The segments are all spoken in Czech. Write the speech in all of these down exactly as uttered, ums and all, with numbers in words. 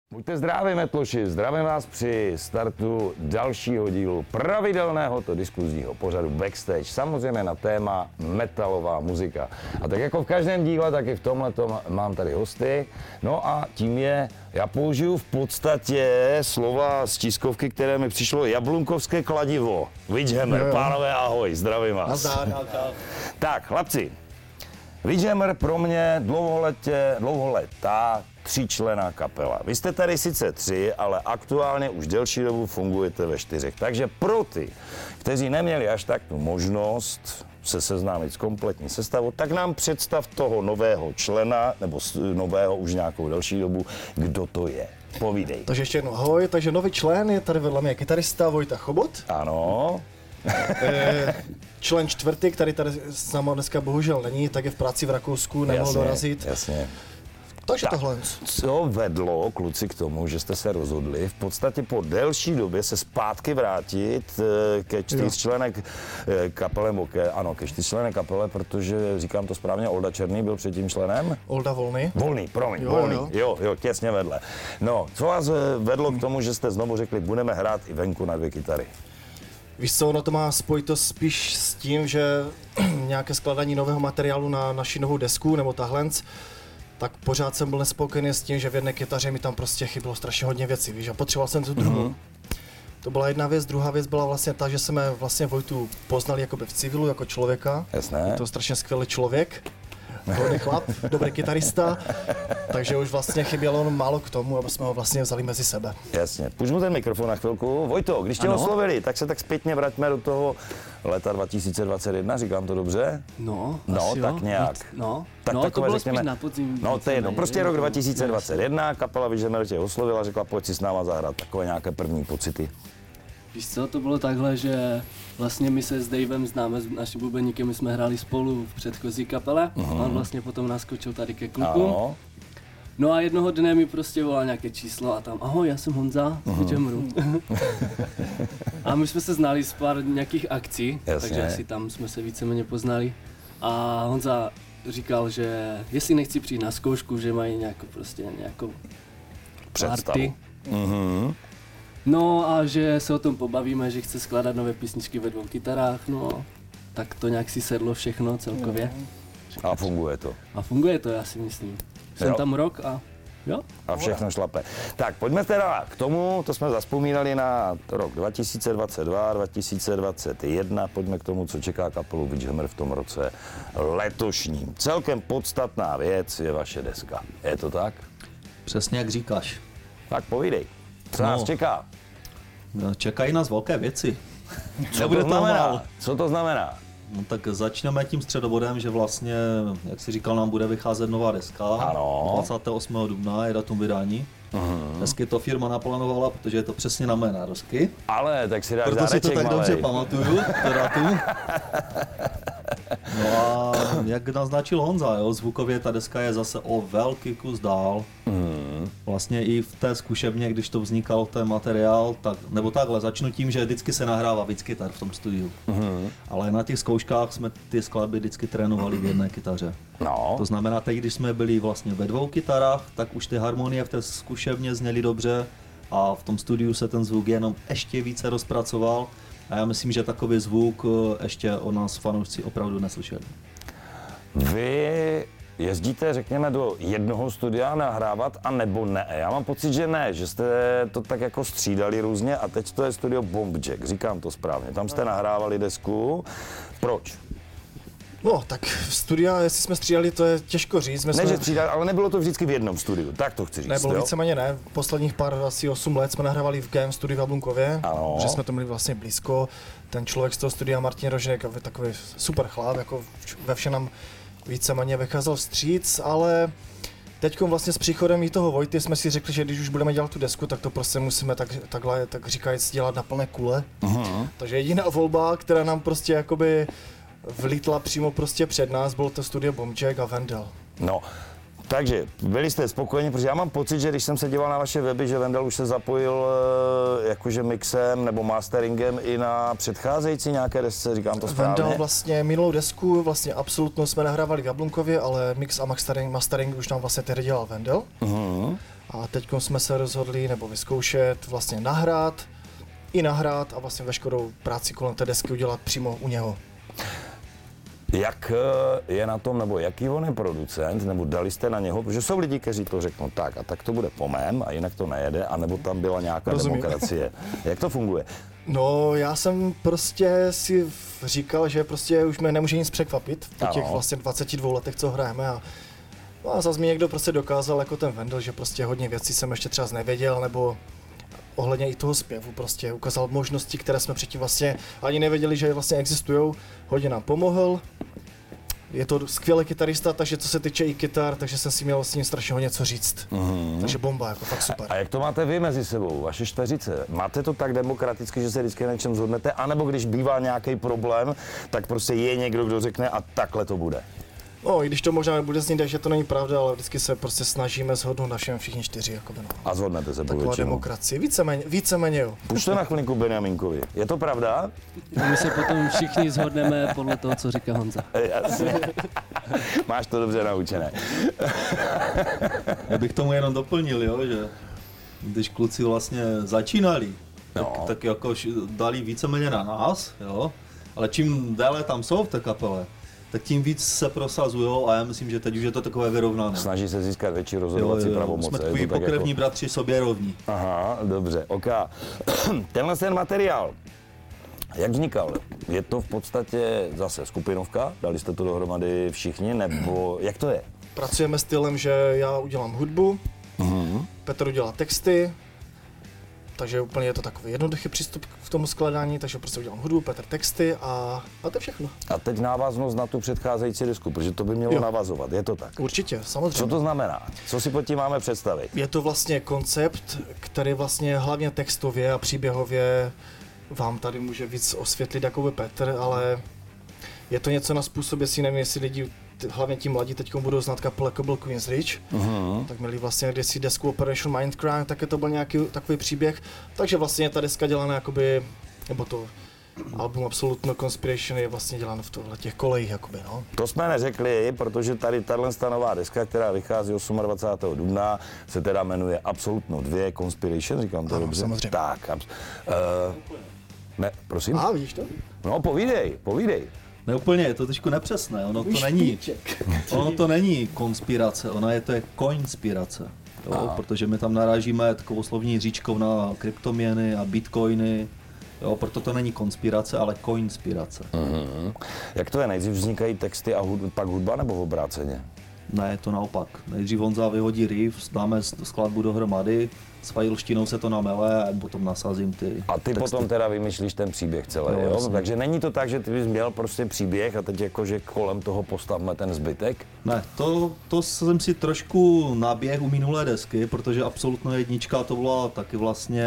Buďte zdraví, metloši, zdravím vás při startu dalšího dílu pravidelného to diskuzního pořadu Backstage, samozřejmě na téma metalová muzika. A tak jako v každém díle, tak i v tomhletom mám tady hosty. No a tím je, já použiju v podstatě slova z tiskovky, které mi přišlo jablunkovské kladivo. Witchhammer, pánové, ahoj, zdravím vás. Nazdar. Tak, chlapci, Witchhammer pro mě dlouholetě, dlouholetá tříčlenná kapela. Vy jste tady sice tři, ale aktuálně už delší dobu fungujete ve čtyřech. Takže pro ty, kteří neměli až tak tu možnost se seznámit s kompletní sestavou, tak nám představ toho nového člena, nebo nového už nějakou delší dobu, kdo to je. Povídej. Takže ještě jednou ahoj, takže nový člen je tady vedle mě kytarista Vojta Chobot. Ano. Člen čtvrtý, který tady s námi dneska bohužel není, tak je v práci v Rakousku, nemohl dorazit. Jasně. Takže tak, tohle. Co vedlo kluci k tomu, že jste se rozhodli v podstatě po delší době se zpátky vrátit ke čtyřčlenné kapele, ke, ano, ke čtyřčlenné kapele, protože říkám to správně, Olda Černý byl předtím členem? Olda Volný. Volný, promiň, jo, Volný, jo. jo, jo, těsně vedle. No, co vás vedlo k tomu, že jste znovu řekli, budeme hrát i venku na dvě kytary? Víš co, ono to má spojitost spíš s tím, že nějaké skladání nového materiálu na naši novou desku, nebo tahle, tak pořád jsem byl nespokojený s tím, že v jedné kytaře mi tam prostě chybilo strašně hodně věcí, víš, a potřeboval jsem tu druhou. Mm-hmm. To byla jedna věc, druhá věc byla vlastně ta, že jsme vlastně Vojtu poznali jakoby v civilu, jako člověka. Jasné. Je to strašně skvělý člověk, hodný chlap, dobrý kytarista, takže už vlastně chybělo málo k tomu, aby jsme ho vlastně vzali mezi sebe. Jasně, půjď mu ten mikrofon na chvilku. Vojto, když tě ano? oslovili, tak se tak zpětně vraťme do toho leta dva tisíce dvacet jedna, říkám to dobře? No, no asi tak jo. nějak. No, tak no takové, to bylo řekněme, spíš na podzim. No to je jedno, prostě rok dva tisíce dvacet jedna, kapela Witchhammer tě oslovila, řekla, pojď si s náma zahrát, takové nějaké první pocity. Víš co, to bylo takhle, že vlastně my se s Davem známe, s naším bubeníkem, my jsme hráli spolu v předchozí kapele, uh-huh. On vlastně potom naskočil tady ke kluku. Ano. No a jednoho dne mi prostě volal nějaké číslo a tam, ahoj, já jsem Honza z Witchhammeru. A my jsme se znali z pár nějakých akcí, jasně. Takže asi tam jsme se víceméně poznali. A Honza říkal, že jestli nechci přijít na zkoušku, že mají nějakou prostě nějakou party. Uh-huh. No a že se o tom pobavíme, že chce skládat nové písničky ve dvou kytarách, no tak to nějak si sedlo všechno celkově. A funguje to. A funguje to, já si myslím. Jsem jo. tam rok a jo. A všechno šlape. Tak pojďme teda k tomu, to jsme zazpomínali na rok dva tisíce dvacet dva, dva tisíce dvacet jedna, pojďme k tomu, co čeká kapelu Witchhammer v tom roce letošním. Celkem podstatná věc je vaše deska, je to tak? Přesně jak říkáš. Tak povídej, co no. nás čeká? No, čekají nás velké věci. Co to znamená? Co to znamená? No tak začneme tím středobodem, že vlastně, jak jsi říkal, nám bude vycházet nová deska. Ano. dvacátého osmého dubna je datum vydání. Uh-huh. Dnesky to firma naplánovala, protože je to přesně na mé nároky. Ale tak si dáš Proto dáreček, si to tak malej. Dobře pamatuju, to datum. No a jak naznačil Honza, jo, zvukově ta deska je zase o velký kus dál. Mm. Vlastně i v té zkušebně, když to vznikal ten materiál, tak, nebo takhle, začnu tím, že vždycky se nahrává víc kytar v tom studiu. Mm. Ale na těch zkouškách jsme ty skladby vždycky trénovali v jedné kytaře. No. To znamená, teď, když jsme byli vlastně ve dvou kytarách, tak už ty harmonie v té zkušebně zněly dobře a v tom studiu se ten zvuk jenom ještě více rozpracoval. A já myslím, že takový zvuk ještě o nás fanoušci opravdu neslyšeli. Vy jezdíte, řekněme, do jednoho studia nahrávat, a nebo ne? Já mám pocit, že ne, že jste to tak jako střídali různě a teď to je studio Bombjack, říkám to správně. Tam jste nahrávali desku. Proč? No, tak v studia, jestli jsme střídali, to je těžko říct. Ne, jsme... že střídali, ale nebylo to vždycky v jednom studiu, tak to chci říct. Nebylo jo? víceméně ne, posledních pár, asi osm let jsme nahrávali v G M studiu v Jablunkově, ano. Že jsme to měli vlastně blízko. Ten člověk z toho studia, Martin Roženek, takový super chlap, jako ve všem nám víceméně vycházel vstříc, ale teď vlastně s příchodem i toho Vojty jsme si řekli, že když už budeme dělat tu desku, tak to prostě musíme tak, takhle, tak říkajíc, dělat na plné kule. Uh-huh. Takže jediná volba, která nám prostě jakoby vlítla přímo prostě před nás, bylo to studio Bombjack a Vendel. No, takže byli jste spokojeni, protože já mám pocit, že když jsem se díval na vaše weby, že Vendel už se zapojil jakože mixem nebo masteringem i na předcházející nějaké desce, říkám to správně? Vendel vlastně minulou desku, vlastně absolutně jsme nahrávali v Jablunkově, ale mix a mastering, mastering už nám vlastně tehdy dělal Vendel. Uh-huh. A teď jsme se rozhodli, nebo vyzkoušet, vlastně nahrát, i nahrát a vlastně veškerou práci kolem té desky udělat přímo u něho. Jak je na tom, nebo jaký on je producent, nebo dali jste na něho, protože jsou lidi, kteří to řeknou tak a tak to bude po mém a jinak to nejede, anebo tam byla nějaká Rozumím. demokracie. Jak to funguje? No, já jsem prostě si říkal, že prostě už mě nemůže nic překvapit po těch ano. vlastně dvaceti dvou letech, co hrajeme a, no a zase mi někdo prostě dokázal jako ten Vendel, že prostě hodně věcí jsem ještě třeba nevěděl, nebo ohledně i toho zpěvu prostě ukázal možnosti, které jsme předtím vlastně ani nevěděli, že vlastně existují. Hodně nám pomohl. Je to skvělý kytarista, takže co se týče i kytar, takže jsem si měl s ním strašně hodně co říct. Mm-hmm. Takže bomba, jako fakt super. A jak to máte vy mezi sebou, vaše čtveřice? Máte to tak demokraticky, že se vždycky na něčem shodnete? A nebo když bývá nějaký problém, tak prostě je někdo, kdo řekne a takhle to bude? No, i když to možná nebude znít, že to není pravda, ale vždycky se prostě snažíme shodnout na všem všichni čtyři. Jakoby, no. A shodnete se po Taková většinu. demokracie, víceméně, víceméně jo. Pušť to na chvilku Benjaminkovi. Je to pravda? My se potom všichni shodneme podle toho, co říká Honza. Jasně. Máš to dobře naučené. Já bych tomu jenom doplnil, jo, že když kluci vlastně začínali, tak, no. tak jako dali víceméně na nás, jo, ale čím déle tam jsou v té kapele, tak tím víc se prosazujou a já myslím, že teď už je to takové vyrovnané. Snaží se získat větší rozhodovací jo, jo, pravomoce. Jsme takový pokrevní jako... bratři sobě rovní. Aha, dobře, ok. Tenhle ten materiál, jak vznikal? Je to v podstatě zase skupinovka? Dali jste to dohromady všichni, nebo jak to je? Pracujeme stylem, že já udělám hudbu, uh-huh. Petr udělá texty, takže úplně je to takový jednoduchý přístup k tomu skladání, takže prostě udělám hudbu, Petr texty a, a to je všechno. A teď návaznost na tu předcházející disku, protože to by mělo jo. navazovat, je to tak? Určitě, samozřejmě. Co to znamená? Co si pod tím máme představit? Je to vlastně koncept, který vlastně hlavně textově a příběhově vám tady může víc osvětlit jako by Petr, ale je to něco na způsob, jestli nevím, jestli lidi, hlavně ti mladí teď budou znát kapelu, jako byl Queen's Ridge, uh-huh. tak měli vlastně kdysi desku Operation Mindcrime, tak to byl nějaký takový příběh, takže vlastně ta deska dělaná jakoby, nebo to album Absolute No Conspiration je vlastně děláno v tohle těch kolejích, jakoby, no. To jsme neřekli, protože tady tato nová deska, která vychází dvacátého osmého dubna, se teda jmenuje Absolute No dva Conspiration, říkám to ano, dobře? Samozřejmě. Tak, abs- uh, ne, prosím? A vidíš to? No, povídej, povídej. Ne úplně, je to trošku nepřesné, ono to není, ono to není konspirace, ono je to je koinspirace, jo, protože my tam narážíme takovou slovní říčkou na kryptoměny a bitcoiny, jo, proto to není konspirace, ale koinspirace. Mm-hmm. Jak to je, nejdřív vznikají texty a hud- pak hudba nebo v obráceně? Ne, je to naopak. Nejdřív Honza vyhodí riff, dáme skladbu dohromady, s fajlštinou se to namele a potom nasázím ty A ty texty. potom teda vymyslíš ten příběh celý, no, jo? Jasný. Takže není to tak, že ty bys měl prostě příběh a teď jakože kolem toho postavme ten zbytek? Ne, to, to jsem si trošku naběh u minulé desky, protože Absolutno jednička to byla taky vlastně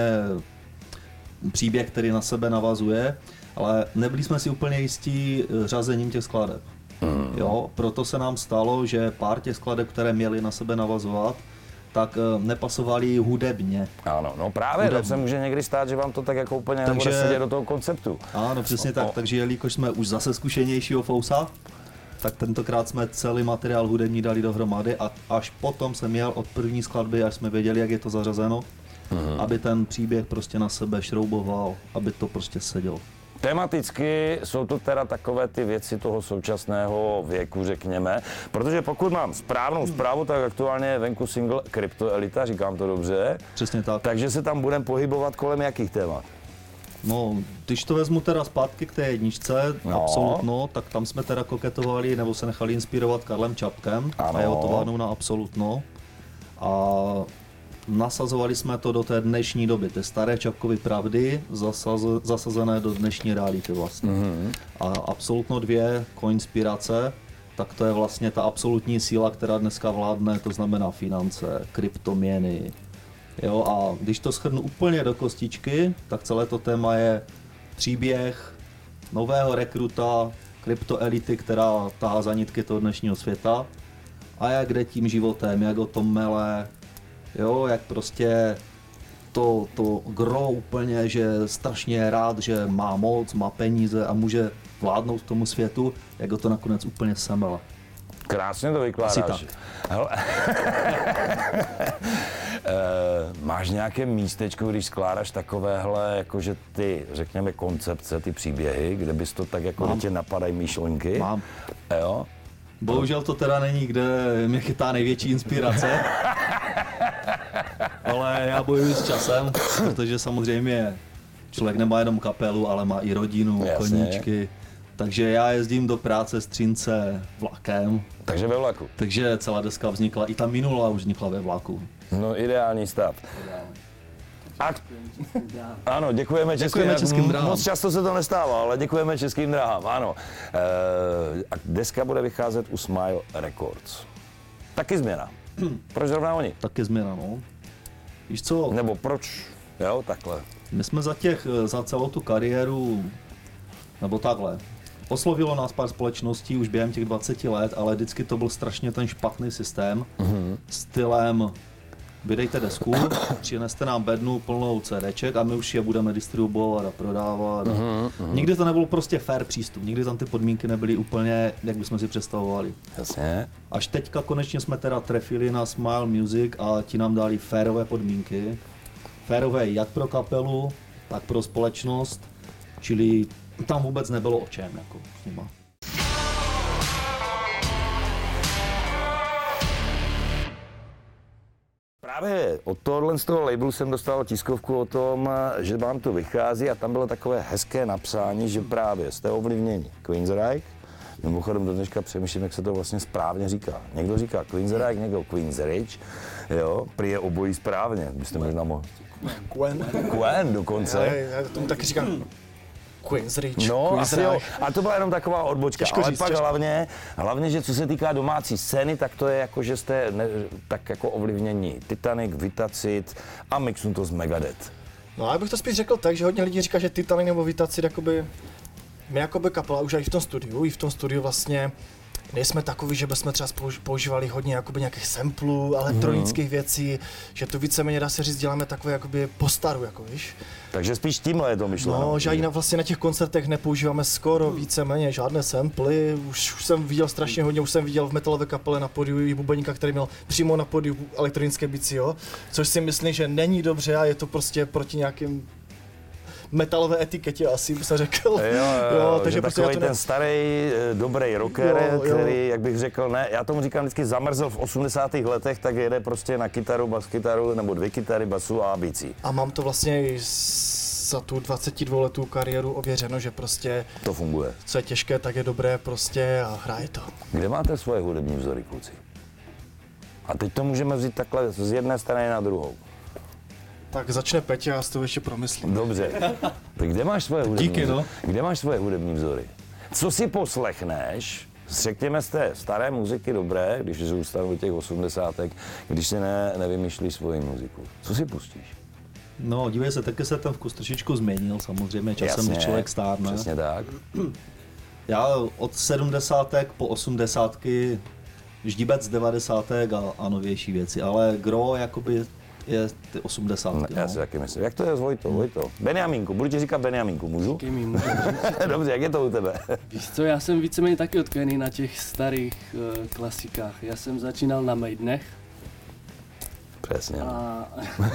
příběh, který na sebe navazuje, ale nebyli jsme si úplně jistí řazením těch skladeb. Mm. Jo, proto se nám stalo, že pár těch skladeb, které měly na sebe navazovat, tak nepasovali hudebně. Ano, no právě, to se může někdy stát, že vám to tak jako úplně takže, nebude sedět do toho konceptu. Ano, přesně no, tak, no. Takže jelikož jsme už zase zkušenějšího Fousa, tak tentokrát jsme celý materiál hudební dali dohromady a až potom jsem měl od první skladby, až jsme věděli, jak je to zařazeno, mm. aby ten příběh prostě na sebe šrouboval, aby to prostě sedělo. Tematicky jsou to teda takové ty věci toho současného věku, řekněme, protože pokud mám správnou zprávu, tak aktuálně je venku single Kryptoelita, říkám to dobře. Přesně tak. Takže se tam budeme pohybovat kolem jakých témat? No, když to vezmu teda zpátky k té jedničce, no. Absolutno, tak tam jsme teda koketovali, nebo se nechali inspirovat Karlem Čapkem ano. a jeho továrnou na Absolutno. A nasazovali jsme to do té dnešní doby, té staré Čapkovy pravdy, zasaz, zasazené do dnešní reality vlastně. Mm-hmm. A Absolutno dvě, koinspirace, tak to je vlastně ta absolutní síla, která dneska vládne, to znamená finance, kryptoměny. Jo, a když to shrnu úplně do kostičky, tak celé to téma je příběh nového rekruta, kryptoelity, která tahá za nitky toho dnešního světa a jak jde tím životem, jak o tom mele, jo, jak prostě to, to gro úplně, že strašně rád, že má moc, má peníze a může vládnout tomu světu, jak ho to nakonec úplně semele. Krásně to vykládáš. Hele, máš nějaké místečko, když skládáš takovéhle, jakože ty, řekněme, koncepce, ty příběhy, kde bys to tak jako tě napadají myšlenky? Mám. Jo? Bohužel to teda není, kde mě chytá největší inspirace. Ale já bojuji s časem, protože samozřejmě člověk nemá jenom kapelu, ale má i rodinu, Jasně. koníčky. Takže já jezdím do práce z Třince vlakem. Takže ve vlaku. Takže celá deska vznikla, i ta minulá už vznikla ve vlaku. No, ideální stav. A... Ano, děkujeme českým, Děkujeme českým dráhám. Moc často se to nestává, ale děkujeme českým dráhám, ano. E, a deska bude vycházet u Smile Records. Taky změna. Proč zrovna oni? Taky změna, no. Víš co? Nebo proč, jo, takhle. My jsme za těch, za celou tu kariéru, nebo takhle, oslovilo nás pár společností už během těch dvaceti let, ale vždycky to byl strašně ten špatný systém, mm-hmm. stylem vydejte desku, přineste nám bednu plnou CDček a my už je budeme distribuovat a prodávat. Mm-hmm. Nikdy to nebyl prostě fair přístup, nikdy tam ty podmínky nebyly úplně, jak bychom si představovali. Jasně. Až teďka konečně jsme teda trefili na Smile Music a ti nám dali férové podmínky. Férové jak pro kapelu, tak pro společnost, čili tam vůbec nebylo o čem jako s nima. Právě od tohohle z toho labelu jsem dostal tiskovku o tom, že vám to vychází a tam bylo takové hezké napsání, že právě jste ovlivněni Queensryche. Mimochodem do dneška přemýšlím, jak se to vlastně správně říká. Někdo říká Queensryche, někdo Queensrÿche, jo, prý je obojí správně, byste možná mohli. Quen. Quen dokonce. Já, já tomu taky říkám Queensrÿche. No, asi jo. A to byla jenom taková odbočka, Těžko ale říct, pak těžko. hlavně, hlavně, že co se týká domácí scény, tak to je jako, že jste ne, tak jako ovlivnění Titanic, Vitacit a mixnu to z Megadeth. No a já bych to spíš řekl tak, že hodně lidí říká, že Titanic nebo Vitacit jakoby, my jakoby kapela už i v tom studiu, i v tom studiu vlastně nejsme takový, že bychom třeba používali hodně jakoby nějakých samplů, elektronických mm-hmm. věcí, že to víceméně dá se říct, děláme takové jakoby po staru, jako víš. Takže spíš tímhle je to myšleno. No, že ani na, vlastně na těch koncertech nepoužíváme skoro víceméně žádné samply, už, už jsem viděl strašně hodně, už jsem viděl v metalové kapele na podiu i bubeníka, který měl přímo na podiu elektronické bicí, jo, což si myslím, že není dobře a je to prostě proti nějakým metalové etiketě asi, bych se řekl. Jo, jo, jo, takže prostě takový já to ten ne... starý, dobrý rocker, Jo, jo. který, jak bych řekl, ne, já tomu říkám vždycky zamrzl v osmdesátých letech, tak jede prostě na kytaru, bas kytaru, nebo dvě kytary, basu a bicí. A mám to vlastně i za tu dvacetidvouletou kariéru ověřeno, že prostě To funguje. co je těžké, tak je dobré prostě a hraje to. Kde máte svoje hudební vzory, kluci? A teď to můžeme vzít takhle z jedné strany na druhou. Tak začne Petě, já si to ještě promyslím. Dobře. Tak kde máš svoje hudební Díky, vzory? no. Kde máš svoje hudební vzory? Co si poslechneš, řekněme z té staré muziky dobré, když zůstanu do těch osmdesátek, když si ne, nevymýšlíš svoji muziku? Co si pustíš? No, dívej se, taky se ten vkus trošičku změnil, samozřejmě časem, když člověk stárne. Přesně tak. Já od sedmdesátek po osmdesátky, ždíbec devadesátek a, a novější věci, ale gro jakoby je ty osmdesátky. Já si taky myslím. Jak to je s Vojto? Vojto? Benjamínku, budu ti říkat Benjamínku, můžu? Taky mi můžeš říct. Dobře, jak je to u tebe? Víš co, já jsem víceméně taky odkojený na těch starých uh, klasikách. Já jsem začínal na Maidenech. Přesně. A,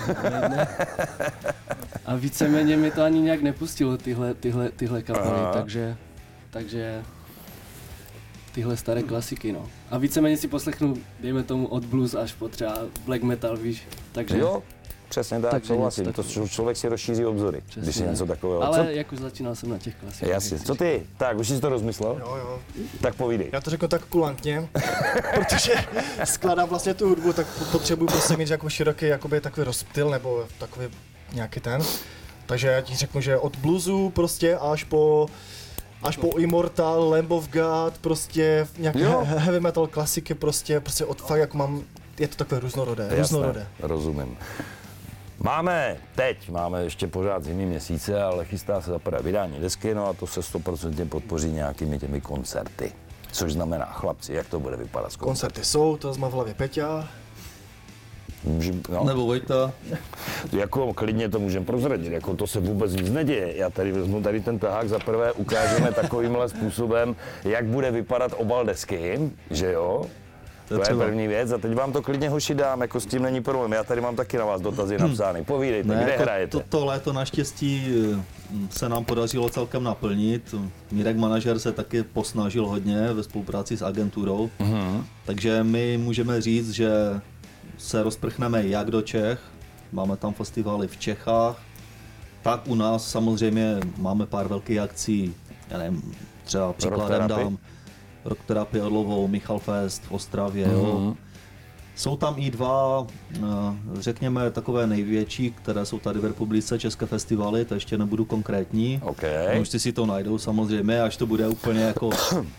a víceméně mi to ani nějak nepustilo tyhle, tyhle, tyhle kapely, Aha. takže, takže tyhle staré klasiky, no. A víceméně si poslechnu, dejme tomu od blues až po třeba black metal, víš, takže... Jo, přesně tak, Takže souhlasím. něco To takového. člověk si rozšíří obzory, Přesně. když si něco takového. Ale Co? jak už začínal jsem na těch klasikách. Jasně. Co ty? Tak, už jsi to rozmyslel? Jo, jo. Tak povídej. Já to řeknu tak kulantně, protože skládám vlastně tu hudbu, tak potřebuji prostě mít jako široký jakoby takový rozptyl nebo takový nějaký ten. Takže já ti řeknu, že od bluesu prostě až po až po Immortal, Lamb of God, prostě nějaké Jo. heavy metal klasiky, prostě, prostě od fakt jak mám, je to takové různorodé, různorodé. Jasné, rozumím. Máme teď, máme ještě pořád zimní měsíce, ale chystá se zaprvé vydání desky, no a to se stoprocentně podpoří nějakými těmi koncerty. Což znamená, chlapci, jak to bude vypadat s koncerty? Koncerty jsou, to má v hlavě Peťa. No. Nebo Vojta. Jako klidně to můžeme prozradit, jako to se vůbec nic neděje. Já tady vezmu tady ten tahák, za prvé ukážeme takovýmhle způsobem, jak bude vypadat obal desky, že jo? To, to je první věc a teď vám to klidně hoši dám, jako s tím není problém. Já tady mám taky na vás dotazy napsány. Povídejte, ne, kde jako hrajete? To, to léto naštěstí se nám podařilo celkem naplnit. Mirek manažer se taky posnažil hodně ve spolupráci s agenturou. Mm-hmm. Takže my můžeme říct, že se rozprchneme jak do Čech, máme tam festivaly v Čechách, tak u nás samozřejmě máme pár velkých akcí, já nevím, třeba příkladem dám Rock Therapy Orlovou, Michal Fest v Ostravě, mm-hmm. jo. Jsou tam i dva, řekněme, takové největší, které jsou tady v republice, české festivaly, to ještě nebudu konkrétní. Okay. Už si to najdou samozřejmě, až to bude úplně jako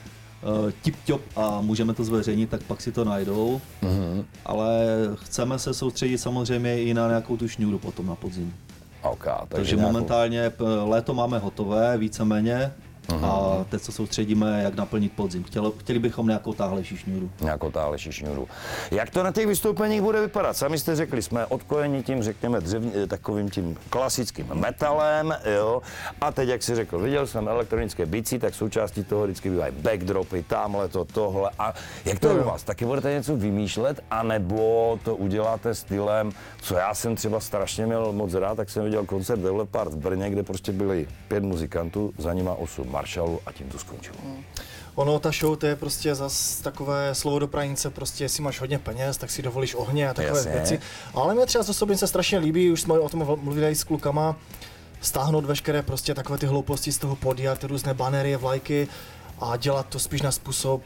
tip-top a můžeme to zveřejnit, tak pak si to najdou. Mm-hmm. Ale chceme se soustředit samozřejmě i na nějakou tu šňůru potom na podzim. Okay, takže takže nějakou... momentálně léto máme hotové, víceméně. Uhum. A teď se soustředíme, jak naplnit podzim. Chtěli, chtěli bychom nějakou táhlejší šňůru. Nějakou táhlejší šňůru. Jak to na těch vystoupeních bude vypadat? Sami jste řekli, jsme odkojeni tím, řekněme, dřevní, takovým tím klasickým metalem, jo. A teď, jak si řekl, viděl jsem elektronické bicí, tak součástí toho vždycky bývají backdropy, tamhle to, tohle. A jak to je u vás? Taky budete něco vymýšlet, anebo to uděláte stylem, co já jsem třeba strašně měl moc rád, tak jsem viděl koncert Develop Part v Brně, kde prostě byli pět muzikantů, za nima osm maršalů a tím to skončilo. Hmm. Ono, ta show, to je prostě zas takové slovo do pranice, prostě jestli máš hodně peněz, tak si dovolíš ohně a takové Jasně. věci. Ale mě třeba z osobně se strašně líbí, už jsme o tom mluvili s klukama, stáhnout veškeré prostě takové ty hlouposti z toho podia, ty různé banery, vlajky a dělat to spíš na způsob,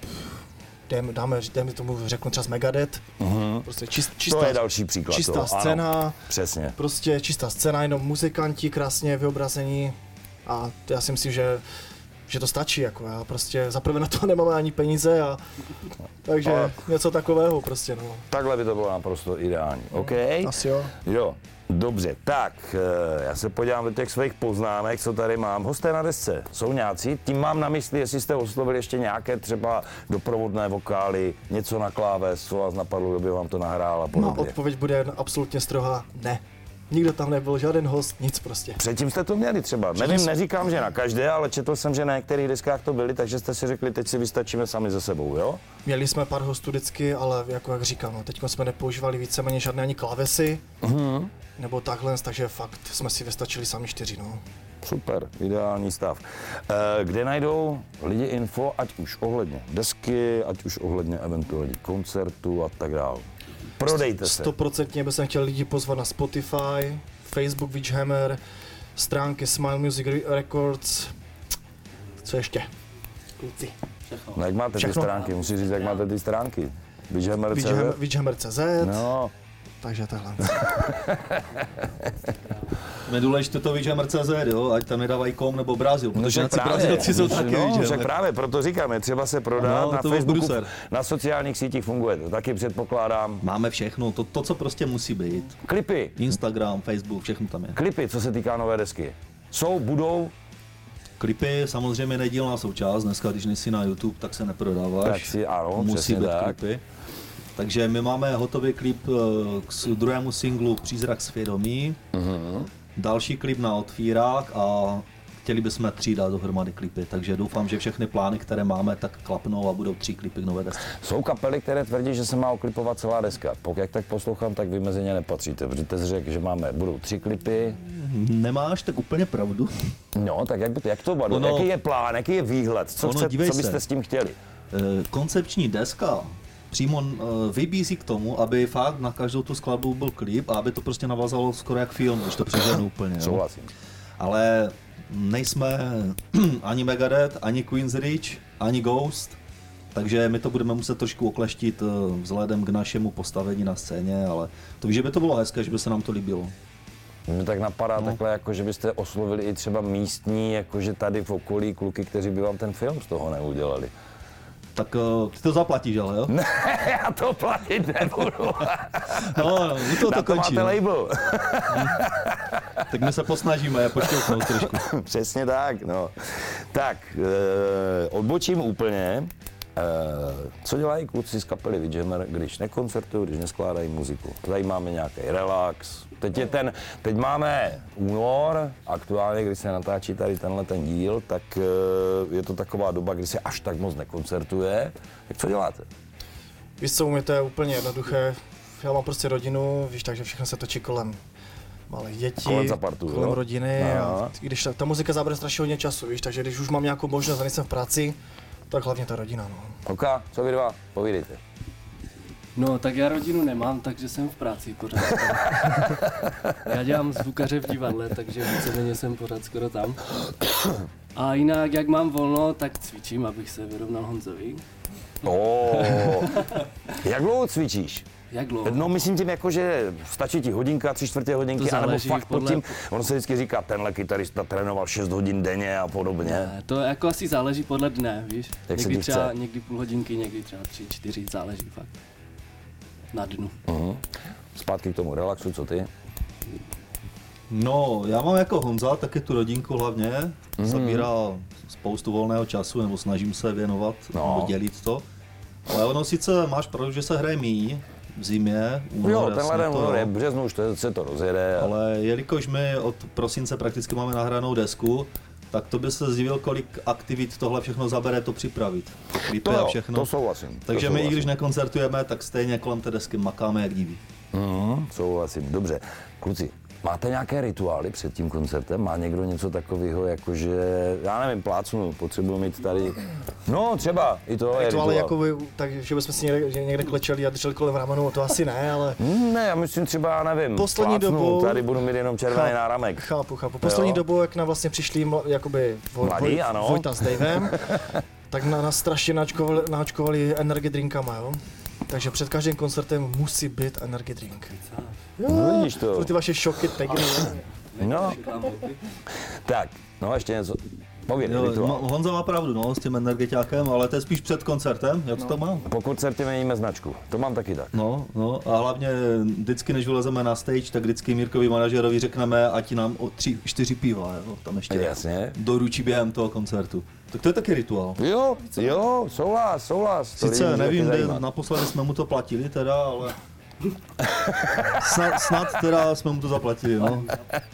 dáme, dáme, dáme tomu řeknu třeba Megadeth. Uh-huh. Prostě čist, čistá, to je další příklad. Čistá toho. scéna, ano, přesně. Prostě čistá scéna, jenom muzikanti krásně vyobrazení a já si myslím, že že to stačí, jako já prostě zaprvé na to nemáme ani peníze a takže ale něco takového prostě, no. Takhle by to bylo naprosto ideální, OK? Asi jo. Jo, dobře, tak já se podívám do těch svých poznámek, co tady mám. Hosté na desce jsou nějací, tím mám na mysli, jestli jste oslovili ještě nějaké třeba doprovodné vokály, něco na kláves, co vás napadlo, kdo by vám to nahrál a podobně. No, odpověď bude absolutně strohá, ne. Nikdo tam nebyl, žádný host, nic prostě. Předtím jste to měli třeba, Předtím nevím, neříkám, že na každé, ale četl jsem, že na některých deskách to byli, takže jste si řekli, teď si vystačíme sami ze sebou, jo? Měli jsme pár hostů vždycky, ale jako jak říkám, no, teď jsme nepoužívali víceméně žádné ani klávesy, mm-hmm. nebo takhle, takže fakt jsme si vystačili sami čtyři, no. Super, ideální stav. Kde najdou lidi info, ať už ohledně desky, ať už ohledně eventuálních koncertů a tak dále? Prodejte se. Stoprocentně bych chtěl lidi pozvat na Spotify, Facebook Witchhammer, stránky Smile Music Records. Co ještě? Kluci. No jak máte Všechno. ty stránky? Musíš říct, jak máte ty stránky. Witchhammer tečka cé zet? Witchhammer tečka cé zet. No. Takže takhle. Je důležité to Witchhammer tečka cé zet, jo, ať tam nedávají kom nebo Brazil, protože no, Brazilci jsou taky no, však právě, proto říkáme, třeba se prodá no, na Facebooku, na sociálních sítích funguje to, taky předpokládám. Máme všechno, to, to, co prostě musí být. Klipy. Instagram, Facebook, všechno tam je. Klipy, co se týká nové desky. Jsou, budou? Klipy samozřejmě nedílná součást, dneska když nejsi na YouTube, tak se neprodáváš. Tak si, ano, musí být tak. klipy. Takže my máme hotový klip k druhému singlu Přízrak svědomí, uh-huh. další klip na Otvírák a chtěli bychom tři dát dohromady klipy, takže doufám, že všechny plány, které máme, tak klapnou a budou tři klipy k nové desce. Jsou kapely, které tvrdí, že se má oklipovat celá deska. Pokud jak tak poslouchám, tak vymezeně nepatříte, protože jste řekl, že máme, budou tři klipy. Nemáš tak úplně pravdu. No, tak jak, by, jak to bylo? Jaký je plán, jaký je výhled, co, ono, chce, co byste se. s tím chtěli? Koncepční deska přímo uh, vybízí k tomu, aby fakt na každou tu skladbu byl klip a aby to prostě navazalo skoro jak film, když to přeženu úplně. Souhlasím. Ale nejsme ani Megadeth, ani Queen's Reach, ani Ghost, takže my to budeme muset trošku okleštit uh, vzhledem k našemu postavení na scéně, ale to víš, že by to bylo hezké, že by se nám to líbilo. Mě tak napadá no. takhle, jako že byste oslovili i třeba místní, jakože tady v okolí kluky, kteří by vám ten film z toho neudělali. Tak uh, ty to zaplatíš, ale jo? Ne, já to platit nebudu. No, no, to, to, to končí. Na to máte label. Tak my se posnažíme, pošťouknout trošku. Přesně tak, no. Tak, e, odbočím úplně. Uh, co dělají kluci z kapely Witchhammer, když nekoncertují, když neskládají muziku? Tady máme nějaký relax. Teď je ten, teď máme únor, aktuálně, když se natáčí tady tenhle ten díl, tak uh, je to taková doba, kdy se až tak moc nekoncertuje. Tak co děláte? Víš co, u mě to je úplně jednoduché. Já mám prostě rodinu, víš, takže všechno se točí kolem malých dětí, kolem, zapartu, kolem jo? rodiny. A když ta, ta muzika zabere strašně hodně času, víš, takže když už mám nějakou možnost a nejsem v práci, tak hlavně ta rodina, no. Ok, co vy dva? Povídejte. No, tak já rodinu nemám, takže jsem v práci pořád. Já dělám zvukaře v divadle, takže víceméně jsem pořád skoro tam. A jinak, jak mám volno, tak cvičím, abych se vyrovnal Honzovi. Oh, jak dlouho cvičíš? Jak dlouho? No, myslím tím jako, že stačí ti hodinka, tři čtvrtě hodinky, anebo fakt pod tím, ono se vždycky říká, tenhle kytarista trénoval šest hodin denně a podobně. Ne, to jako asi záleží podle dne, víš? Jak někdy se ti třeba, chce? někdy půl hodinky, někdy třeba tři, čtyři, záleží fakt. Na dnu. Uh-huh. Zpátky k tomu relaxu, co ty? No, já mám jako Honza taky tu rodinku hlavně, mm. zabírá spoustu volného času, nebo snažím se věnovat, no. nebo dělit to. Ale ono sice máš pravdu, že se hraje míň v zimě, únor, jo, tenhle den to, je v březnu, už to, se to rozjede. A... Ale jelikož my od prosince prakticky máme nahranou desku, tak to by se zdivil, kolik aktivit tohle všechno zabere to připravit. Klipy to jo, a všechno. to souhlasím. Takže to my, souhlasím. i když nekoncertujeme, tak stejně kolem té desky makáme jak diví. Mm, souhlasím, dobře. Kluci, máte nějaké rituály před tím koncertem? Má někdo něco takového, jakože, já nevím, plácnu, potřebuji mít tady, no třeba, i to je Rituály rituál. jako by, tak, že bychom si někde, že někde klečeli a drželi kolem ramenu, to asi ne, ale... Ne, já myslím třeba, já nevím, Poslední plácnu, dobou- tady budu mít jenom červený Cháp- náramek. Chápu, chápu. Poslední Jo. dobou, jak nám vlastně přišli mla, jakoby Voj, Mladí, Voj, ano. Vojta s Davem, tak na, nás strašně náčkovali, náčkovali energy drinkama, jo. Takže před každým koncertem musí být energy drink. No, vidíš to. Pro ty vaše šoky, tegry. No, tak, no ještě něco. Pověď, Jo, rituál. Ma- Honza má pravdu, no, s tím energetiákem, ale to je spíš před koncertem, já to no. tak mám. Po koncertě měníme značku, to mám taky tak. No, no a hlavně vždycky, než vylezeme na stage, tak vždycky Mírkovi manažerovi řekneme, ať nám o tři, čtyři piva, jo, tam ještě Jasně. doručí během toho koncertu. Tak to je taky rituál. Jo, jo, souhlas, souhlas. To lidi Sice může nevím, taky kde zajímat. naposledy jsme mu to platili teda, ale snad, snad teda jsme mu to zaplatili, no.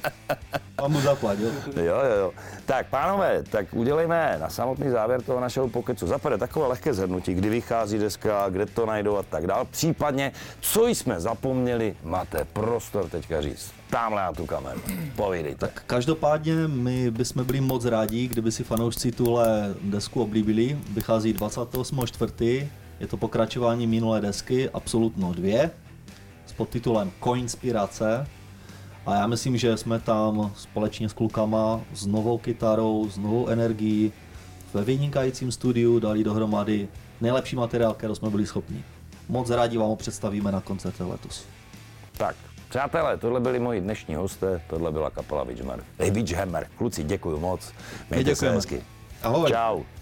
A mu zaplatil. Jo, jo, jo. Tak, pánové, tak udělejme na samotný závěr toho našeho pokecu. Zaprvé takové lehké shrnutí, kdy vychází deska, kde to najdou a tak dál. Případně, co jsme zapomněli, máte prostor teďka říct. Tamhle na tu kameru. Povídejte. Tak každopádně my bychom byli moc rádi, kdyby si fanoušci tuhle desku oblíbili. Vychází dvacátého osmého čtvrtého Je to pokračování minulé desky, Absolutno dva, s podtitulem Koinspirace. A já myslím, že jsme tam společně s klukama s novou kytarou, s novou energií, ve vynikajícím studiu dali dohromady nejlepší materiál, který jsme byli schopni. Moc rádi vám ho představíme na koncertě letos. Tak, přátelé, tohle byli moji dnešní hosté, tohle byla kapela Witchhammer. Hey, Witchhammer, kluci, děkuju moc. Mějte se děkujeme. hezky. Ahoj. Čau.